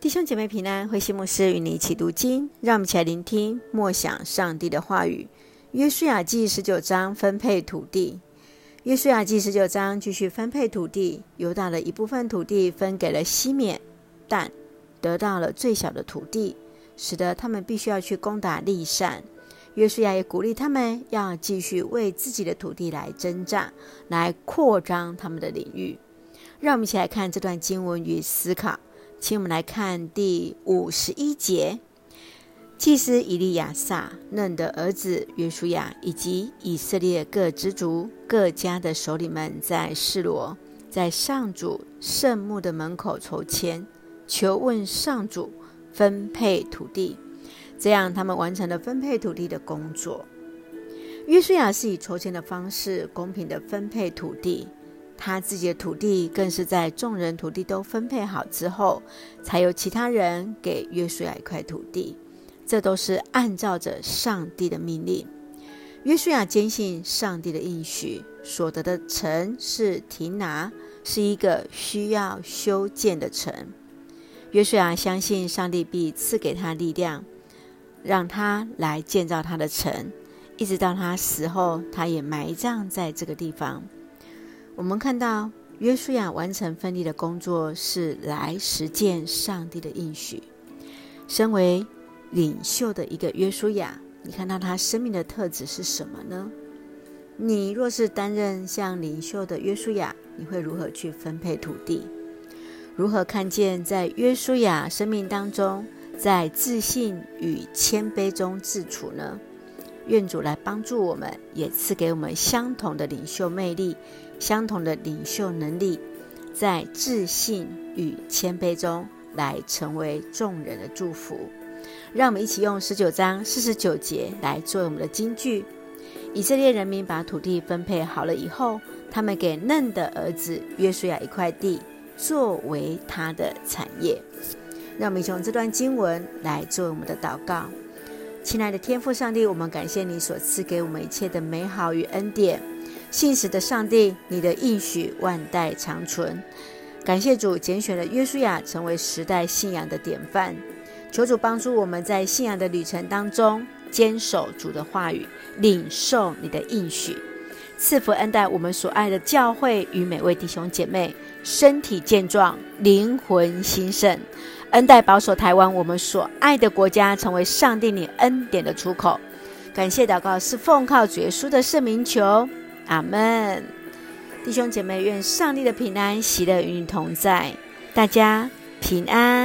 弟兄姐妹平安，慧馨牧师与你一起读经，让我们一起来聆听默想上帝的话语。约书亚记19章分配土地。约书亚记19章继续分配土地，犹大的一部分土地分给了西缅，但得到了最小的土地，使得他们必须要去攻打利善。约书亚也鼓励他们要继续为自己的土地来征战，来扩张他们的领域。让我们一起来看这段经文与思考。请我们来看第51节。祭司以利亚撒、嫩的儿子约书亚以及以色列各支族各家的首领们在示罗，在上主圣墓的门口筹签，求问上主分配土地，这样他们完成了分配土地的工作。约书亚是以筹签的方式公平的分配土地，他自己的土地更是在众人土地都分配好之后，才由其他人给约书亚一块土地，这都是按照着上帝的命令。约书亚坚信上帝的应许，所得的城是亭拿，是一个需要修建的城。约书亚相信上帝必赐给他力量，让他来建造他的城，一直到他死后，他也埋葬在这个地方。我们看到约书亚完成分地的工作，是来实践上帝的应许。身为领袖的一个约书亚，你看到他生命的特质是什么呢？你若是担任像领袖的约书亚，你会如何去分配土地？如何看见在约书亚生命当中，在自信与谦卑中自处呢？愿主来帮助我们，也赐给我们相同的领袖魅力，相同的领袖能力，在自信与谦卑中来成为众人的祝福。让我们一起用19章49节来做我们的金句。以色列人民把土地分配好了以后，他们给嫩的儿子约书亚一块地，作为他的产业。让我们一起用这段经文来做我们的祷告。亲爱的天父上帝，我们感谢你所赐给我们一切的美好与恩典。信实的上帝，你的应许万代长存。感谢主拣选了约书亚成为时代信仰的典范。求主帮助我们在信仰的旅程当中，坚守主的话语，领受你的应许，赐福恩待我们所爱的教会与每位弟兄姐妹，身体健壮，灵魂兴盛。恩待保守台湾我们所爱的国家，成为上帝你恩典的出口。感谢祷告是奉靠主耶稣的圣名求，阿们。弟兄姐妹，愿上帝的平安喜乐与你同在，大家平安。